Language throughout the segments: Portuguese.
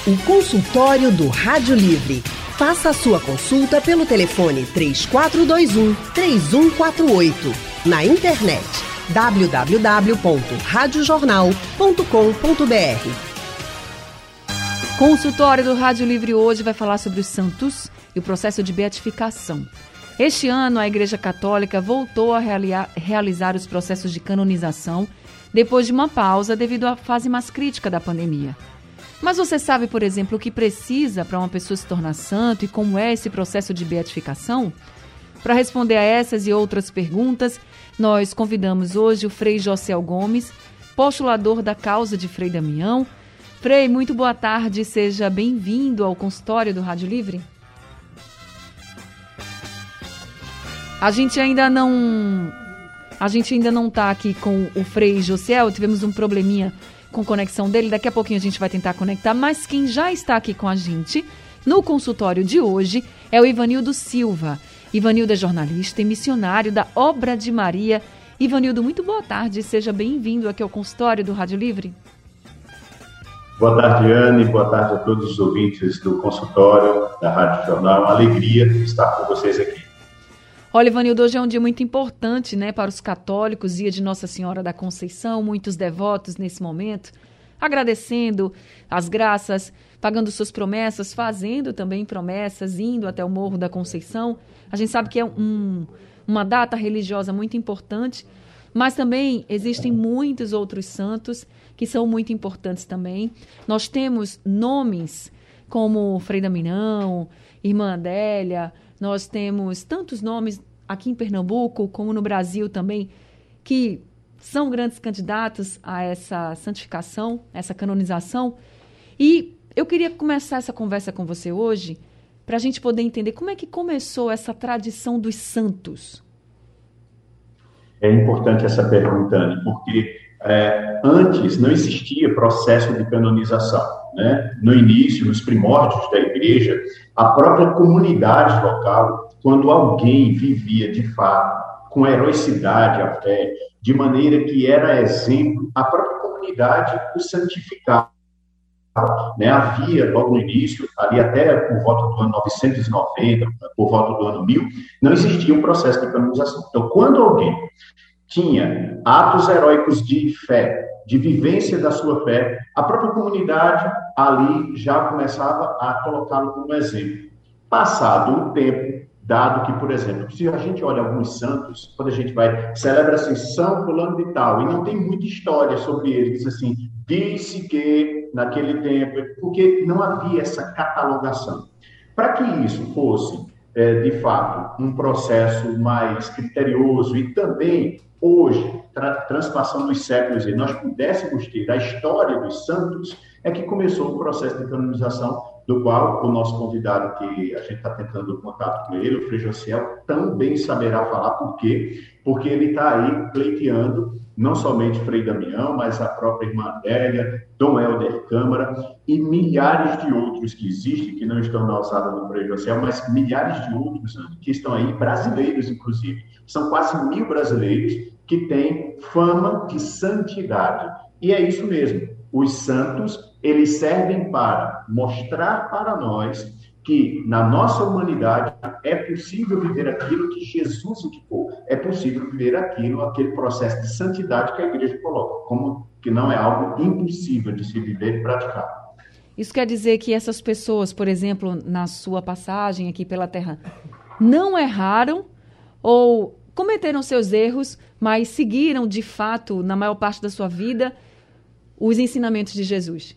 O consultório do Rádio Livre. Faça a sua consulta pelo telefone 3421-3148. Na internet www.radiojornal.com.br. Consultório do Rádio Livre hoje vai falar sobre os santos e o processo de beatificação. Este ano, a Igreja Católica voltou a realizar os processos de canonização depois de uma pausa devido à fase mais crítica da pandemia. Mas você sabe, por exemplo, o que precisa para uma pessoa se tornar santo e como é esse processo de beatificação? Para responder a essas e outras perguntas, nós convidamos hoje o Frei Josiel Gomes, postulador da causa de Frei Damião. Frei, muito boa tarde, seja bem-vindo ao consultório do Rádio Livre. A gente ainda não está aqui com o Frei Josiel, tivemos um probleminha com conexão dele, daqui a pouquinho a gente vai tentar conectar, mas quem já está aqui com a gente no consultório de hoje é o Ivanildo Silva. Ivanildo é jornalista e missionário da Obra de Maria. Ivanildo, muito boa tarde, seja bem-vindo aqui ao consultório do Rádio Livre. Boa tarde, Anne, boa tarde a todos os ouvintes do consultório da Rádio Jornal, uma alegria estar com vocês aqui. Olha, Ivanildo, hoje é um dia muito importante, né, para os católicos, dia de Nossa Senhora da Conceição, muitos devotos nesse momento, agradecendo as graças, pagando suas promessas, fazendo também promessas, indo até o Morro da Conceição. A gente sabe que é uma data religiosa muito importante, mas também existem muitos outros santos que são muito importantes também. Nós temos nomes como Frei Damião, Irmã Adélia. Nós temos tantos nomes aqui em Pernambuco, como no Brasil também, que são grandes candidatos a essa santificação, essa canonização. E eu queria começar essa conversa com você hoje para a gente poder entender como é que começou essa tradição dos santos. É importante essa pergunta, Anne, porque antes não existia processo de canonização. Né? No início, nos primórdios da igreja, a própria comunidade local, quando alguém vivia de fato com heroicidade a fé, de maneira que era exemplo, a própria comunidade o santificava. Né? Havia, logo no início, ali até por volta do ano 990, por volta do ano 1000, não existia um processo de canonização. Então, quando alguém tinha atos heróicos de fé, de vivência da sua fé, a própria comunidade ali já começava a colocá-lo como exemplo. Passado o tempo, dado que, por exemplo, se a gente olha alguns santos, quando a gente celebra assim, São Fulano de Tal, e não tem muita história sobre ele, diz assim, disse que naquele tempo, porque não havia essa catalogação. Para que isso fosse, de fato, um processo mais criterioso e também hoje, transpassando os séculos, e nós pudéssemos ter a história dos santos, é que começou o processo de canonização, do qual o nosso convidado, que a gente está tentando contato com ele, o Frei Josiel, também saberá falar. Por quê? Porque ele está aí pleiteando não somente Frei Damião, mas a própria Irmã Adélia, Dom Helder Câmara e milhares de outros que existem, que não estão na alçada do Frei Josiel, mas milhares de outros que estão aí, brasileiros inclusive. São quase 1000 brasileiros que têm fama de santidade. E é isso mesmo. Os santos, eles servem para mostrar para nós que na nossa humanidade é possível viver aquilo que Jesus indicou. É possível viver aquele processo de santidade que a igreja coloca, como que não é algo impossível de se viver e praticar. Isso quer dizer que essas pessoas, por exemplo, na sua passagem aqui pela Terra, não erraram ou cometeram seus erros, mas seguiram de fato, na maior parte da sua vida, os ensinamentos de Jesus?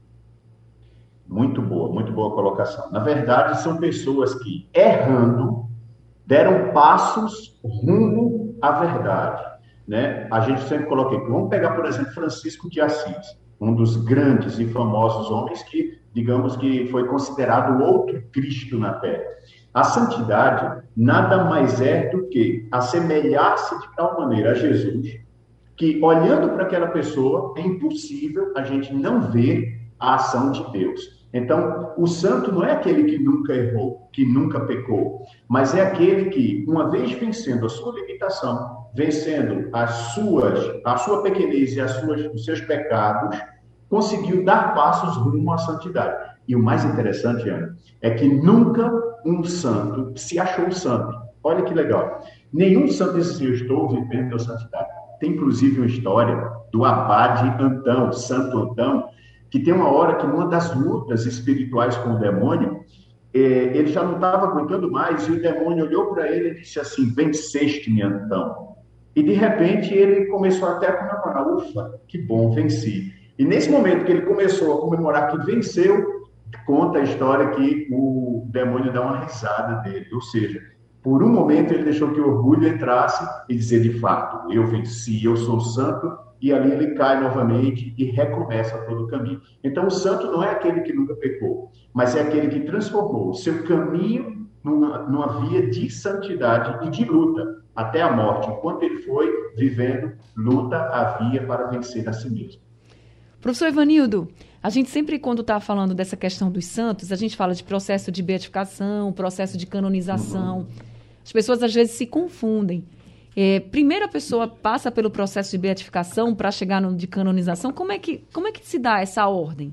Muito boa colocação. Na verdade, são pessoas que, errando, deram passos rumo à verdade. Né? A gente sempre coloca aqui. Vamos pegar, por exemplo, Francisco de Assis, um dos grandes e famosos homens que, digamos que foi considerado outro Cristo na Terra. A santidade nada mais é do que assemelhar-se de tal maneira a Jesus, que, olhando para aquela pessoa, é impossível a gente não ver a ação de Deus. Então, o santo não é aquele que nunca errou, que nunca pecou, mas é aquele que, uma vez vencendo a sua limitação, vencendo a sua pequenez e os seus pecados, conseguiu dar passos rumo à santidade. E o mais interessante, Ana, é que nunca um santo se achou santo. Olha que legal. Nenhum santo disse assim, eu estou vivendo a santidade. Tem, inclusive, uma história do abade Antão, Santo Antão, que tem uma hora que, numa das lutas espirituais com o demônio, ele já não estava aguentando mais, e o demônio olhou para ele e disse assim, venceste-me, Antão. E, de repente, ele começou até a comemorar, ufa, que bom, venci. E, nesse momento que ele começou a comemorar que venceu, conta a história que o demônio dá uma risada dele, ou seja, por um momento ele deixou que o orgulho entrasse e dizer, de fato, eu venci, eu sou santo, e ali ele cai novamente e recomeça todo o caminho. Então, o santo não é aquele que nunca pecou, mas é aquele que transformou o seu caminho numa via de santidade e de luta até a morte, enquanto ele foi vivendo, luta havia para vencer a si mesmo. Professor Ivanildo, a gente sempre, quando está falando dessa questão dos santos, a gente fala de processo de beatificação, processo de canonização. As pessoas, às vezes, se confundem. Primeiro a pessoa passa pelo processo de beatificação para chegar no de canonização. Como é que se dá essa ordem?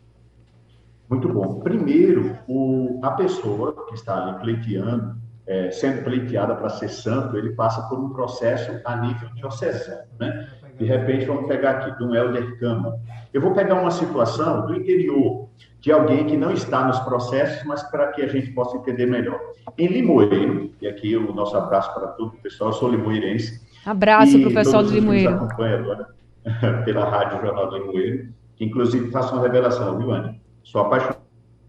Muito bom. Primeiro, a pessoa que está ali pleiteando, sendo pleiteada para ser santo, ele passa por um processo a nível diocesano, né? De repente, vamos pegar aqui, de um Helder Câmara. Eu vou pegar uma situação do interior, de alguém que não está nos processos, mas para que a gente possa entender melhor. Em Limoeiro, e aqui o nosso abraço para todo o pessoal, eu sou limoeirense. Abraço para o pessoal de Limoeiro. Nos acompanha agora pela Rádio Jornal do Limoeiro, que inclusive faço uma revelação, viu, Ana? Sou apaixonado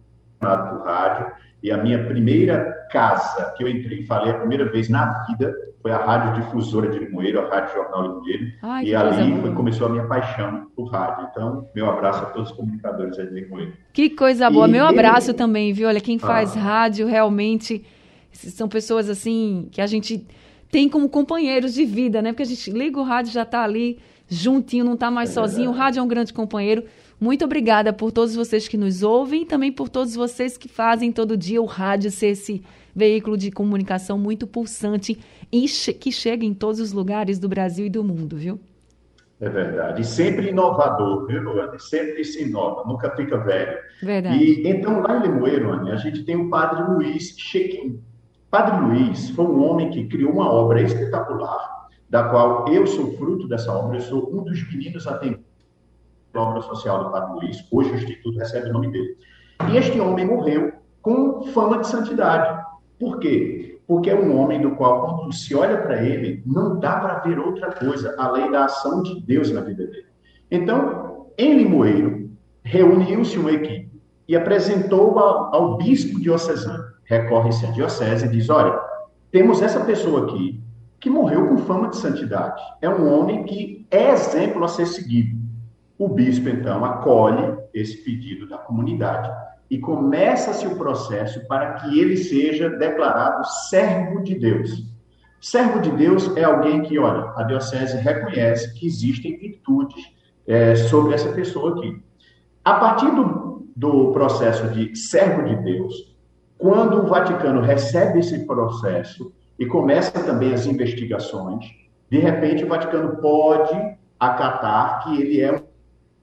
por rádio, e a minha primeira casa que eu entrei e falei a primeira vez na vida foi a Rádio Difusora de Limoeiro, a Rádio Jornal Limoeiro, e ali começou a minha paixão por rádio. Então, meu abraço a todos os comunicadores aí de Limoeiro. Que coisa boa, meu abraço também, viu? Olha, quem faz rádio realmente são pessoas assim que a gente tem como companheiros de vida, né? Porque a gente liga o rádio, já está ali juntinho, não está mais sozinho. O rádio é um grande companheiro. Muito obrigada por todos vocês que nos ouvem e também por todos vocês que fazem todo dia o rádio ser esse veículo de comunicação muito pulsante e que chega em todos os lugares do Brasil e do mundo, viu? É verdade. E sempre inovador, viu, Luana? Sempre se inova, nunca fica velho. Verdade. E então, lá em Limoeiro, Ana, a gente tem o Padre Luiz Chequim. Padre Luiz foi um homem que criou uma obra espetacular, da qual eu sou fruto dessa obra, eu sou um dos meninos atendidos da obra social do Padre Luiz, hoje o Instituto recebe o nome dele. E este homem morreu com fama de santidade. Por quê? Porque é um homem do qual, quando se olha para ele, não dá para ver outra coisa, além da ação de Deus na vida dele. Então, em Limoeiro, reuniu-se uma equipe e apresentou ao bispo diocesano. Recorre-se à diocese e diz, olha, temos essa pessoa aqui que morreu com fama de santidade. É um homem que é exemplo a ser seguido. O bispo, então, acolhe esse pedido da comunidade e começa-se o processo para que ele seja declarado servo de Deus. Servo de Deus é alguém que, olha, a diocese reconhece que existem virtudes sobre essa pessoa aqui. A partir do processo de servo de Deus, quando o Vaticano recebe esse processo e começa também as investigações, de repente o Vaticano pode acatar que ele é um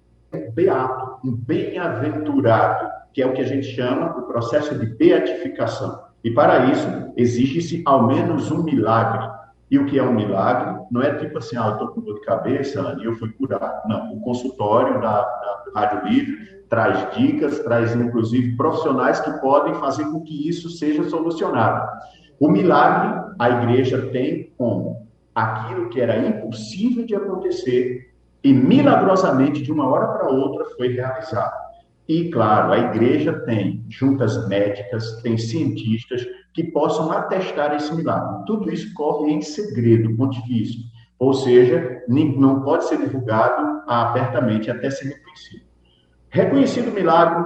beato, um bem-aventurado, que é o que a gente chama o processo de beatificação. E para isso, exige-se ao menos um milagre. E o que é um milagre? Não é tipo assim, eu estou com dor de cabeça e eu fui curado. Não, o consultório da Rádio Livre traz dicas, traz inclusive profissionais que podem fazer com que isso seja solucionado. O milagre, a igreja tem como aquilo que era impossível de acontecer e milagrosamente, de uma hora para outra, foi realizado. E, claro, a igreja tem juntas médicas, tem cientistas que possam atestar esse milagre. Tudo isso corre em segredo, pontifício. Ou seja, não pode ser divulgado abertamente até ser reconhecido. Reconhecido o milagre,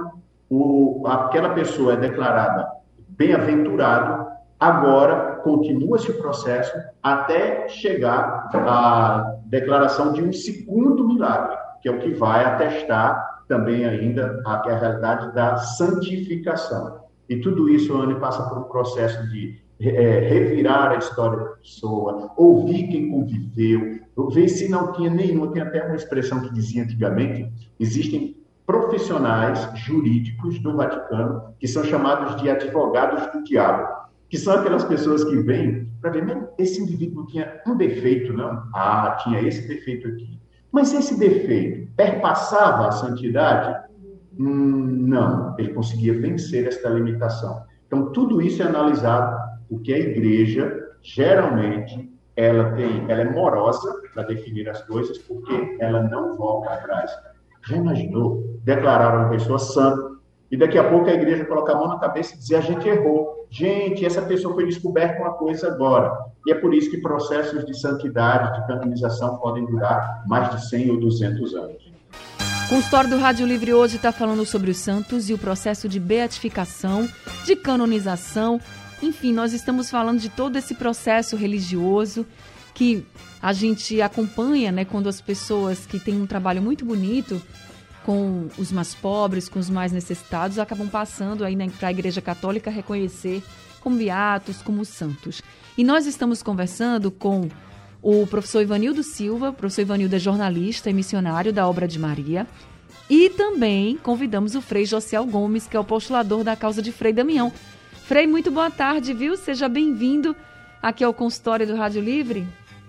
aquela pessoa é declarada bem-aventurado, agora continua-se o processo até chegar à declaração de um segundo milagre, que é o que vai atestar também ainda a realidade da santificação. E tudo isso, Ana, passa por um processo de revirar a história da pessoa, ouvir quem conviveu, ver se não tinha nenhuma. Tem até uma expressão que dizia antigamente, existem profissionais jurídicos do Vaticano, que são chamados de advogados do diabo, que são aquelas pessoas que vêm para ver, mas esse indivíduo tinha um defeito, não? Ah, tinha esse defeito aqui. Mas esse defeito perpassava a santidade? Não, ele conseguia vencer esta limitação. Então, tudo isso é analisado, porque a igreja, geralmente, ela é morosa para definir as coisas, porque ela não volta atrás. Já imaginou declarar uma pessoa santa e daqui a pouco a igreja colocar a mão na cabeça e dizer: a gente errou. Gente, essa pessoa foi descoberta uma coisa agora. E é por isso que processos de santidade, de canonização, podem durar mais de 100 ou 200 anos. O consultório do Rádio Livre hoje está falando sobre os santos e o processo de beatificação, de canonização. Enfim, nós estamos falando de todo esse processo religioso que a gente acompanha, né, quando as pessoas que têm um trabalho muito bonito com os mais pobres, com os mais necessitados, acabam passando aí, né, para a Igreja Católica reconhecer como beatos, como santos. E nós estamos conversando com o professor Ivanildo Silva. O professor Ivanildo é jornalista e missionário da Obra de Maria. E também convidamos o Frei Josiel Gomes, que é o postulador da causa de Frei Damião. Frei, muito boa tarde, viu? Seja bem-vindo aqui ao consultório do Rádio Livre.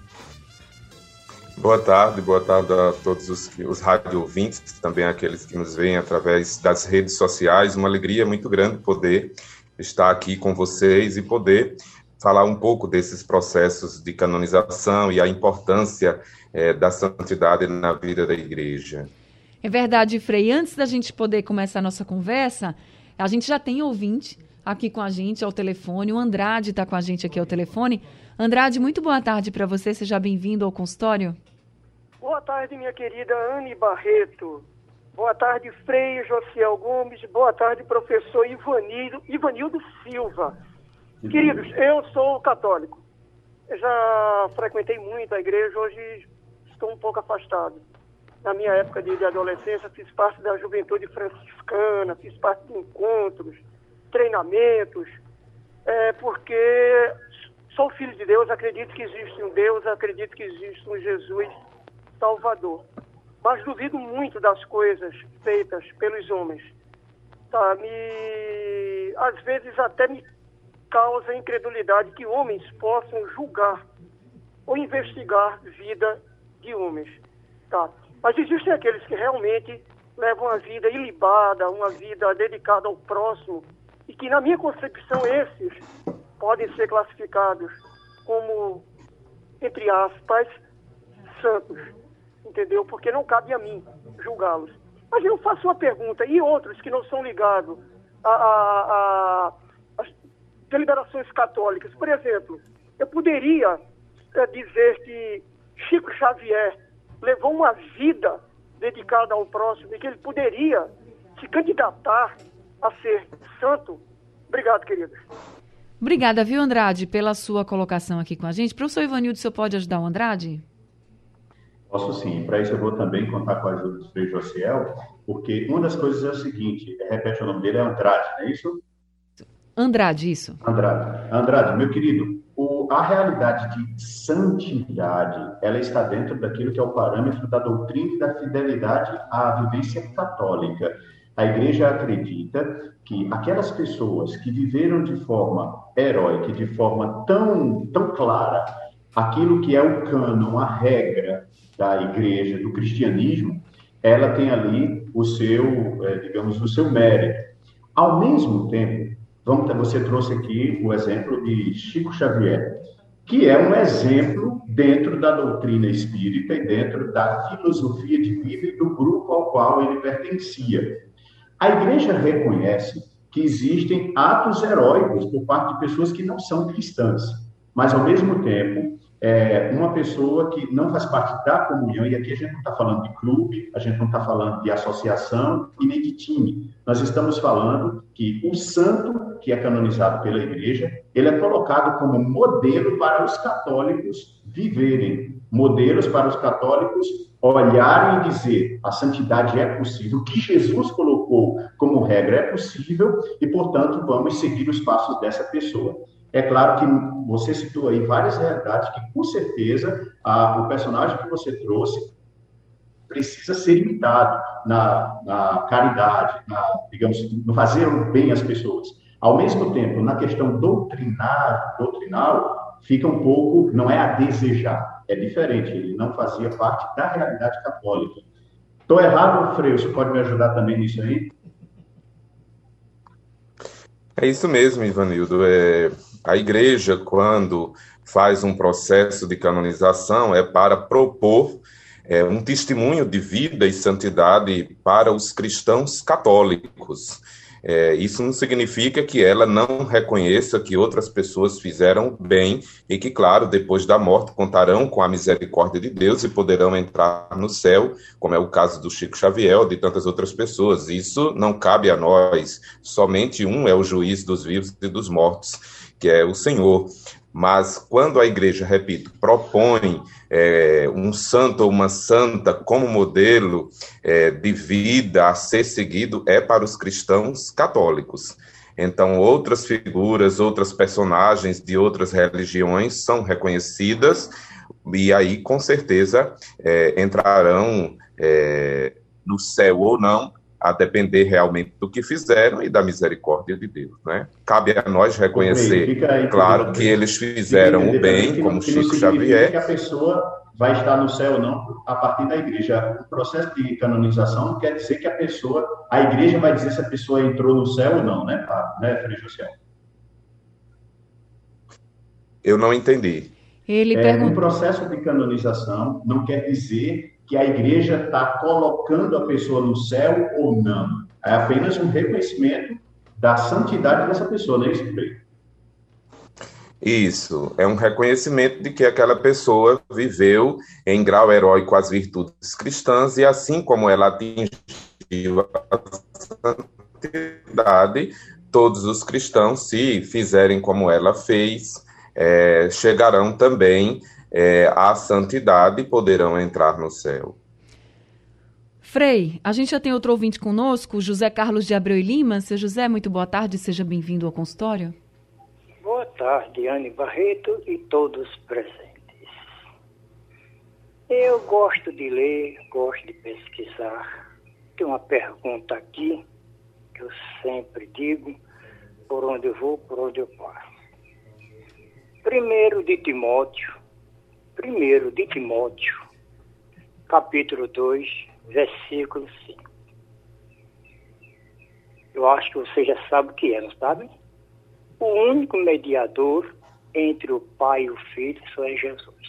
Boa tarde a todos os rádio ouvintes, também aqueles que nos veem através das redes sociais. Uma alegria muito grande poder estar aqui com vocês e poder falar um pouco desses processos de canonização e a importância da santidade na vida da igreja. É verdade, Frei. Antes da gente poder começar a nossa conversa, a gente já tem ouvinte aqui com a gente ao telefone. O Andrade está com a gente aqui ao telefone. Andrade, muito boa tarde para você. Seja bem-vindo ao consultório. Boa tarde, minha querida Anne Barreto. Boa tarde, Frei Josiel Gomes. Boa tarde, professor Ivanildo Silva. Queridos, eu sou católico. Eu já frequentei muito a igreja, hoje estou um pouco afastado. Na minha época de adolescência, fiz parte da juventude franciscana, fiz parte de encontros, treinamentos, porque sou filho de Deus, acredito que existe um Deus, acredito que existe um Jesus Salvador. Mas duvido muito das coisas feitas pelos homens. Tá? Às vezes até me causa incredulidade que homens possam julgar ou investigar vida de homens. Tá? Mas existem aqueles que realmente levam uma vida ilibada, uma vida dedicada ao próximo, e que, na minha concepção, esses podem ser classificados como, entre aspas, santos. Entendeu? Porque não cabe a mim julgá-los. Mas eu faço uma pergunta, e outros que não são ligados às deliberações católicas? Por exemplo, eu poderia dizer que Chico Xavier levou uma vida dedicada ao próximo e que ele poderia se candidatar a ser santo? Obrigado, queridos. Obrigada, viu, Andrade, pela sua colocação aqui com a gente. Professor Ivanildo, o senhor pode ajudar o Andrade? Posso sim. Para isso eu vou também contar com a ajuda do Frei Josiel, porque uma das coisas é o seguinte, repete o nome dele, é Andrade, não é isso? Andrade, isso. Andrade, meu querido, a realidade de santidade, ela está dentro daquilo que é o parâmetro da doutrina e da fidelidade à vivência católica. A igreja acredita que aquelas pessoas que viveram de forma heróica, de forma tão clara, aquilo que é o cânon, a regra da igreja, do cristianismo, ela tem ali o seu, digamos, o seu mérito. Ao mesmo tempo, você trouxe aqui o exemplo de Chico Xavier, que é um exemplo dentro da doutrina espírita e dentro da filosofia de vida e do grupo ao qual ele pertencia. A igreja reconhece que existem atos heróicos por parte de pessoas que não são cristãs, mas, ao mesmo tempo, uma pessoa que não faz parte da comunhão, e aqui a gente não está falando de clube, a gente não está falando de associação e nem de time. Nós estamos falando que o santo, que é canonizado pela igreja, ele é colocado como modelo para os católicos viverem, modelos para os católicos olharem e dizer: a santidade é possível, o que Jesus colocou como regra é possível e, portanto, vamos seguir os passos dessa pessoa. É claro que você citou aí várias realidades que, com certeza, o personagem que você trouxe precisa ser imitado. na caridade, digamos, no fazer o bem às pessoas. Ao mesmo tempo, na questão doutrinal, fica um pouco, não é a desejar, é diferente, ele não fazia parte da realidade católica. Estou errado, Frei? Você pode me ajudar também nisso aí? É isso mesmo, Ivanildo. A igreja, quando faz um processo de canonização, é para propor um testemunho de vida e santidade para os cristãos católicos. Isso não significa que ela não reconheça que outras pessoas fizeram bem e que, claro, depois da morte contarão com a misericórdia de Deus e poderão entrar no céu, como é o caso do Chico Xavier ou de tantas outras pessoas. Isso não cabe a nós. Somente um é o juiz dos vivos e dos mortos, que é o Senhor. Mas quando a igreja, repito, propõe um santo ou uma santa como modelo de vida a ser seguido, é para os cristãos católicos. Então, outras figuras, outras personagens de outras religiões são reconhecidas e aí, com certeza, entrarão no céu ou não, a depender realmente do que fizeram e da misericórdia de Deus, né? Cabe a nós reconhecer, claro, que eles fizeram o bem, como Chico Xavier. Que a pessoa vai estar no céu ou não a partir da igreja. O processo de canonização não quer dizer que a igreja vai dizer se a pessoa entrou no céu ou não, né, Frei José? Eu não entendi. Um processo de canonização não quer dizer que a igreja está colocando a pessoa no céu ou não. É apenas um reconhecimento da santidade dessa pessoa, não é isso, Frei? Isso, é um reconhecimento de que aquela pessoa viveu em grau heróico as virtudes cristãs e assim como ela atingiu a santidade, todos os cristãos, se fizerem como ela fez, chegarão também à santidade e poderão entrar no céu. Frei, a gente já tem outro ouvinte conosco, José Carlos de Abreu e Lima. Seu José, muito boa tarde, seja bem-vindo ao consultório. Boa tarde, Anne Barreto e todos presentes. Eu gosto de ler, gosto de pesquisar. Tem uma pergunta aqui que eu sempre digo, por onde eu vou, por onde eu passo. 1 de Timóteo, capítulo 2, versículo 5. Eu acho que você já sabe o que é, não sabe? O único mediador entre o Pai e o Filho só é Jesus.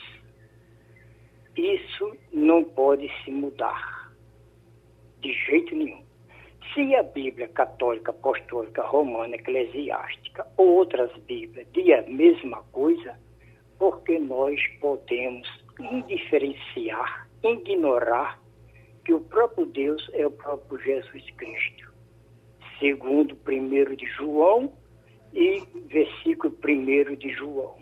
Isso não pode se mudar, de jeito nenhum. Se a Bíblia católica, apostólica, romana, eclesiástica ou outras Bíblias dizem a mesma coisa, porque nós podemos indiferenciar, ignorar que o próprio Deus é o próprio Jesus Cristo. Segundo 1 de João e versículo 1 de João.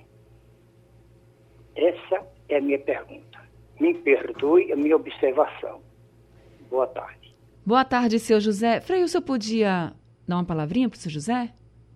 Essa é a minha pergunta. Me perdoe a minha observação. Boa tarde. Boa tarde, seu José. Frei, o senhor podia dar uma palavrinha para o seu José?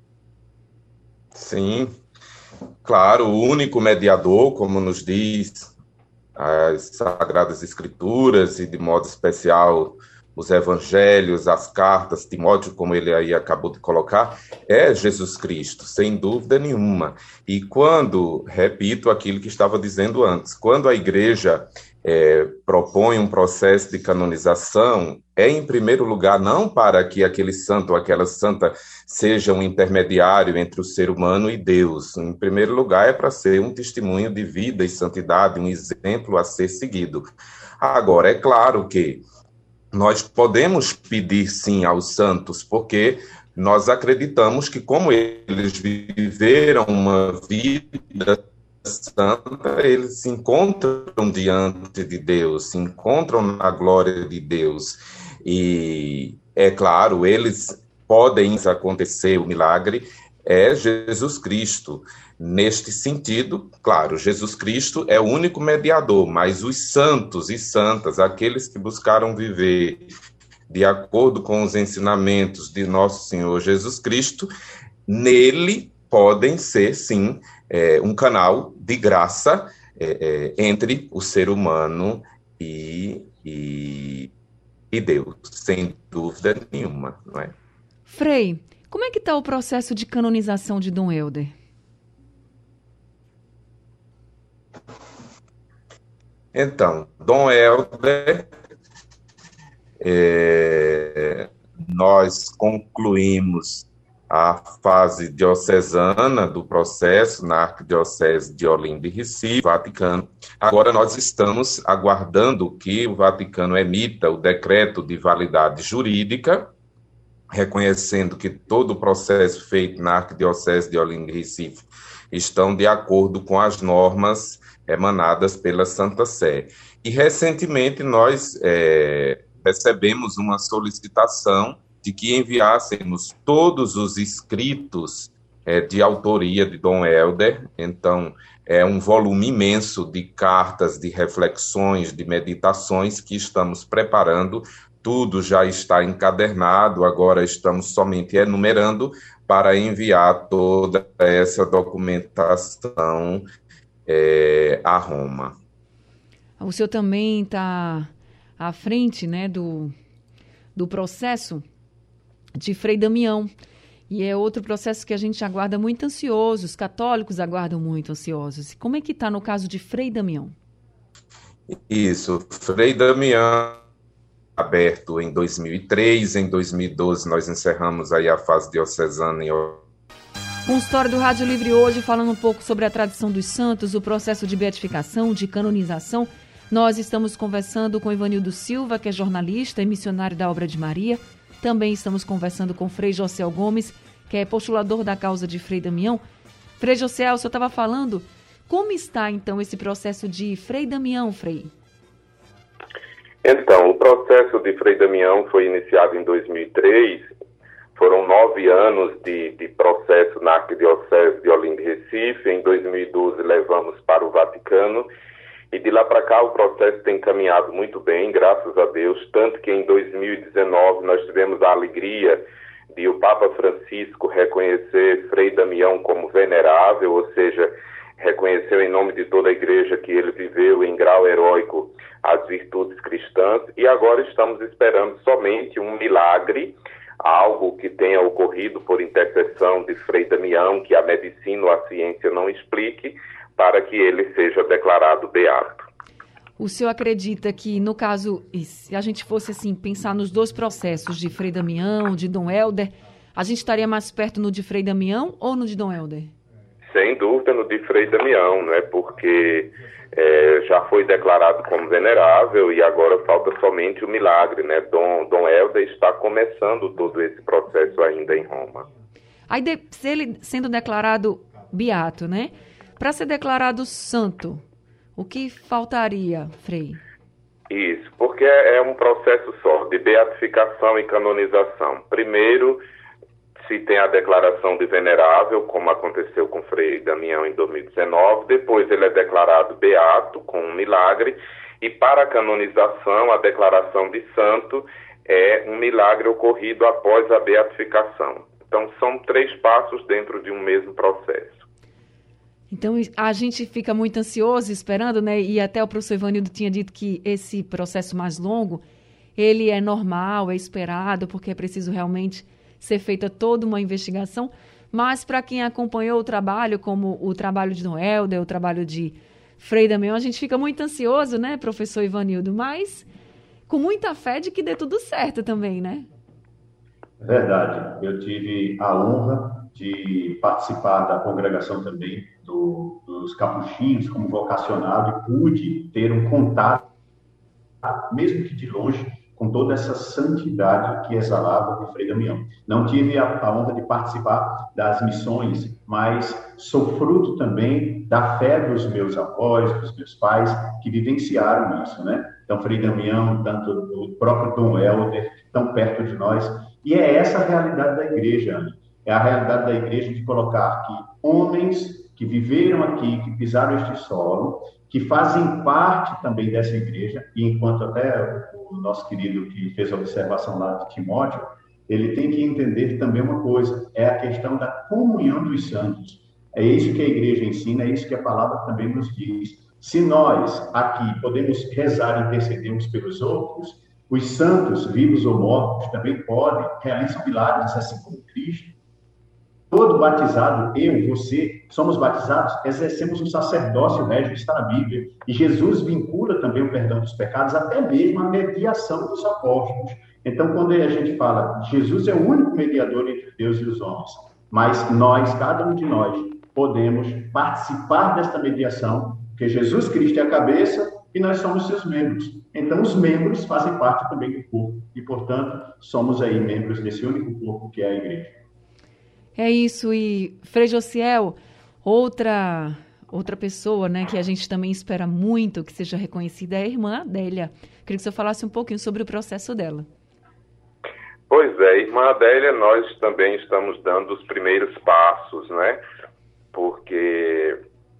Sim, claro, o único mediador, como nos diz as Sagradas Escrituras e de modo especial os evangelhos, as cartas, Timóteo, como ele aí acabou de colocar, é Jesus Cristo, sem dúvida nenhuma. E quando, repito aquilo que estava dizendo antes, quando a igreja propõe um processo de canonização, em primeiro lugar, não para que aquele santo ou aquela santa seja um intermediário entre o ser humano e Deus. Em primeiro lugar, é para ser um testemunho de vida e santidade, um exemplo a ser seguido. Agora, é claro que nós podemos pedir sim aos santos, porque nós acreditamos que como eles viveram uma vida santa, eles se encontram diante de Deus, se encontram na glória de Deus. E, é claro, eles podem acontecer, o milagre é Jesus Cristo. Neste sentido, claro, Jesus Cristo é o único mediador, mas os santos e santas, aqueles que buscaram viver de acordo com os ensinamentos de nosso Senhor Jesus Cristo, nele podem ser, sim, um canal de graça entre o ser humano e e Deus, sem dúvida nenhuma, não é? Frei, como é que está o processo de canonização de Dom Helder? Então, Dom Helder, nós concluímos a fase diocesana do processo na Arquidiocese de Olinda e Recife, Vaticano. Agora nós estamos aguardando que o Vaticano emita o decreto de validade jurídica, reconhecendo que todo o processo feito na Arquidiocese de Olinda e Recife estão de acordo com as normas emanadas pela Santa Sé. E recentemente nós recebemos uma solicitação de que enviássemos todos os escritos de autoria de Dom Helder. Então, é um volume imenso de cartas, de reflexões, de meditações que estamos preparando. Tudo já está encadernado, agora estamos somente enumerando para enviar toda essa documentação a Roma. O senhor também está à frente, né, do processo de Frei Damião, e é outro processo que a gente aguarda muito ansioso, os católicos aguardam muito ansiosos. Como é que está no caso de Frei Damião? Isso, Frei Damião aberto em 2003, em 2012 nós encerramos aí a fase diocesana em Consultório do Rádio Livre hoje, falando um pouco sobre a tradição dos santos, o processo de beatificação, de canonização. Nós estamos conversando com Ivanildo Silva, que é jornalista e missionário da Obra de Maria. Também estamos conversando com Frei Josiel Gomes, que é postulador da causa de Frei Damião. Frei Josiel, o senhor estava falando, como está então esse processo de Frei Damião, Frei? Então, o processo de Frei Damião foi iniciado em 2003, foram 9 anos de processo na Arquidiocese de Olinda e Recife. Em 2012 levamos para o Vaticano, e de lá para cá o processo tem caminhado muito bem, graças a Deus, tanto que em 2019 nós tivemos a alegria de o Papa Francisco reconhecer Frei Damião como venerável, ou seja, reconheceu em nome de toda a igreja que ele viveu em grau heróico as virtudes cristãs, e agora estamos esperando somente um milagre, algo que tenha ocorrido por intercessão de Frei Damião, que a medicina ou a ciência não explique, para que ele seja declarado beato. O senhor acredita que, no caso, se a gente fosse assim pensar nos dois processos de Frei Damião, de Dom Helder, a gente estaria mais perto no de Frei Damião ou no de Dom Helder? Sem dúvida no de Frei Damião, né? Porque já foi declarado como venerável e agora falta somente o milagre, né? Dom Helder está começando todo esse processo ainda em Roma. Aí, se ele sendo declarado beato, né? Para ser declarado santo, o que faltaria, Frei? Isso, porque é um processo só, de beatificação e canonização. Primeiro, se tem a declaração de venerável, como aconteceu com Frei Damião em 2019, depois ele é declarado beato, com um milagre, e para a canonização, a declaração de santo é um milagre ocorrido após a beatificação. Então, são 3 passos dentro de um mesmo processo. Então, a gente fica muito ansioso esperando, né? E até o professor Ivanildo tinha dito que esse processo mais longo, ele é normal, é esperado, porque é preciso realmente ser feita toda uma investigação. Mas para quem acompanhou o trabalho, como o trabalho de Dom Helder, o trabalho de Frei Damião, a gente fica muito ansioso, né, professor Ivanildo? Mas com muita fé de que dê tudo certo também, né? É verdade. Eu tive a honra de participar da congregação também dos capuchinhos como vocacionado e pude ter um contato, mesmo que de longe, com toda essa santidade que exalava o Frei Damião. Não tive a honra de participar das missões, mas sou fruto também da fé dos meus avós, dos meus pais, que vivenciaram isso, né? Então, Frei Damião, tanto o próprio Dom Helder, tão perto de nós. E é essa a realidade da igreja, Ana. É a realidade da igreja de colocar que homens que viveram aqui, que pisaram este solo, que fazem parte também dessa igreja, e enquanto até o nosso querido que fez a observação lá de Timóteo, ele tem que entender também uma coisa, é a questão da comunhão dos santos. É isso que a igreja ensina, é isso que a palavra também nos diz. Se nós aqui podemos rezar e interceder uns pelos outros, Os santos, vivos ou mortos, também podem, realizar milagres assim como Cristo. Todo batizado, eu, você, somos batizados, exercemos um sacerdócio régio, está na Bíblia. E Jesus vincula também o perdão dos pecados, até mesmo a mediação dos apóstolos. Então, quando a gente fala, Jesus é o único mediador entre Deus e os homens, mas nós, cada um de nós, podemos participar desta mediação, porque Jesus Cristo é a cabeça e nós somos seus membros. Então, os membros fazem parte também do corpo. E, portanto, somos aí membros desse único corpo que é a igreja. É isso. E, Frei Josiel, outra pessoa, né, que a gente também espera muito que seja reconhecida é a irmã Adélia. Queria que você falasse um pouquinho sobre o processo dela. Pois é, irmã Adélia, nós também estamos dando os primeiros passos, né? Porque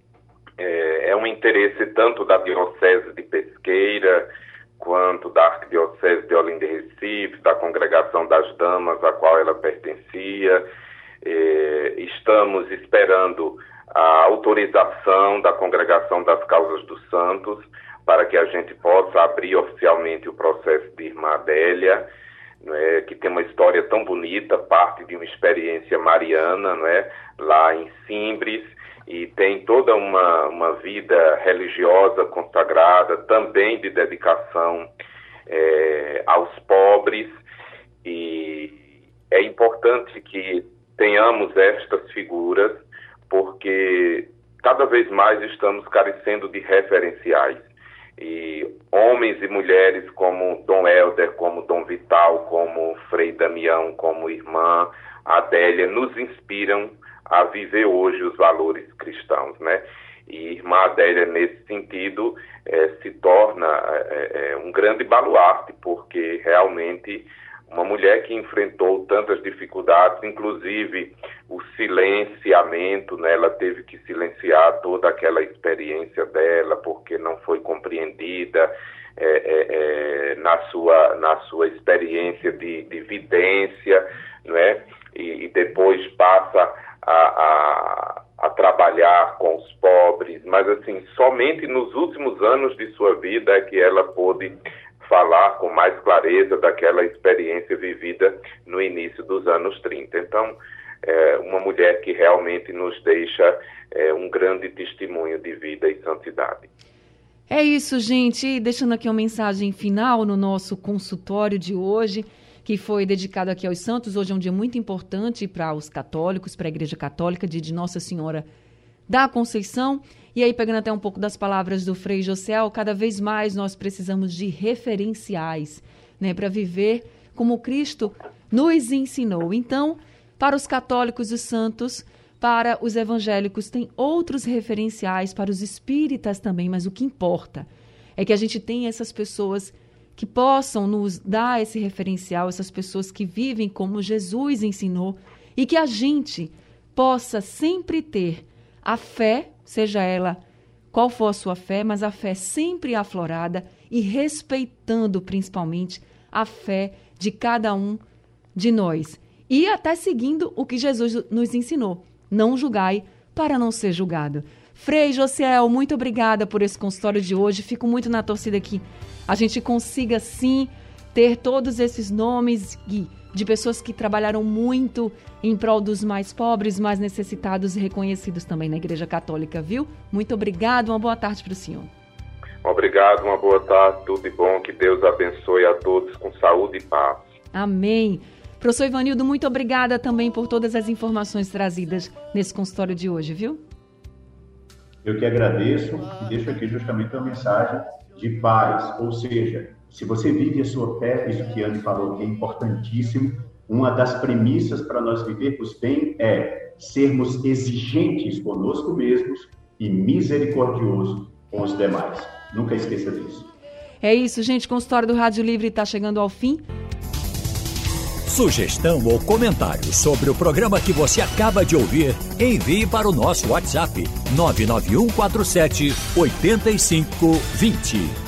é um interesse tanto da Diocese de Pesqueira, quanto da Arquidiocese de Olinda e Recife, da Congregação das Damas, a qual ela pertencia. Estamos esperando a autorização da Congregação das Causas dos Santos para que a gente possa abrir oficialmente o processo de irmã Adélia, né, que tem uma história tão bonita, parte de uma experiência mariana, né, lá em Simbres, e tem toda uma vida religiosa consagrada, também de dedicação aos pobres, e é importante que tenhamos estas figuras, porque cada vez mais estamos carecendo de referenciais. E homens e mulheres como Dom Helder, como Dom Vital, como Frei Damião, como irmã Adélia, nos inspiram a viver hoje os valores cristãos, né? E irmã Adélia, nesse sentido, se torna um grande baluarte, porque realmente uma mulher que enfrentou tantas dificuldades, inclusive o silenciamento, né? Ela teve que silenciar toda aquela experiência dela, porque não foi compreendida na sua experiência de vidência, né? E depois passa a trabalhar com os pobres, mas assim, somente nos últimos anos de sua vida é que ela pôde falar com mais clareza daquela experiência vivida no início dos anos 30. Então, uma mulher que realmente nos deixa um grande testemunho de vida e santidade. É isso, gente. Deixando aqui uma mensagem final no nosso consultório de hoje, que foi dedicado aqui aos santos. Hoje é um dia muito importante para os católicos, para a Igreja Católica, dia de Nossa Senhora da Conceição. E aí, pegando até um pouco das palavras do Frei Josiel, cada vez mais nós precisamos de referenciais, né, para viver como Cristo nos ensinou. Então, para os católicos, os santos, para os evangélicos, tem outros referenciais, para os espíritas também, mas o que importa é que a gente tenha essas pessoas que possam nos dar esse referencial, essas pessoas que vivem como Jesus ensinou, e que a gente possa sempre ter a fé, seja ela qual for a sua fé, mas a fé sempre aflorada e respeitando principalmente a fé de cada um de nós. E até seguindo o que Jesus nos ensinou. Não julgai para não ser julgado. Frei Josiel, muito obrigada por esse consultório de hoje. Fico muito na torcida que a gente consiga, sim, ter todos esses nomes de pessoas que trabalharam muito em prol dos mais pobres, mais necessitados e reconhecidos também na Igreja Católica, viu? Muito obrigado, uma boa tarde para o senhor. Obrigado, uma boa tarde, tudo de bom, que Deus abençoe a todos com saúde e paz. Amém. Professor Ivanildo, muito obrigada também por todas as informações trazidas nesse consultório de hoje, viu? Eu que agradeço e deixo aqui justamente uma mensagem de paz, ou seja, se você vive a sua fé, isso que a Anne falou que é importantíssimo, uma das premissas para nós vivermos bem é sermos exigentes conosco mesmos e misericordiosos com os demais. Nunca esqueça disso. É isso, gente. O consultório do Rádio Livre está chegando ao fim. Sugestão ou comentário sobre o programa que você acaba de ouvir, envie para o nosso WhatsApp 99147 8520.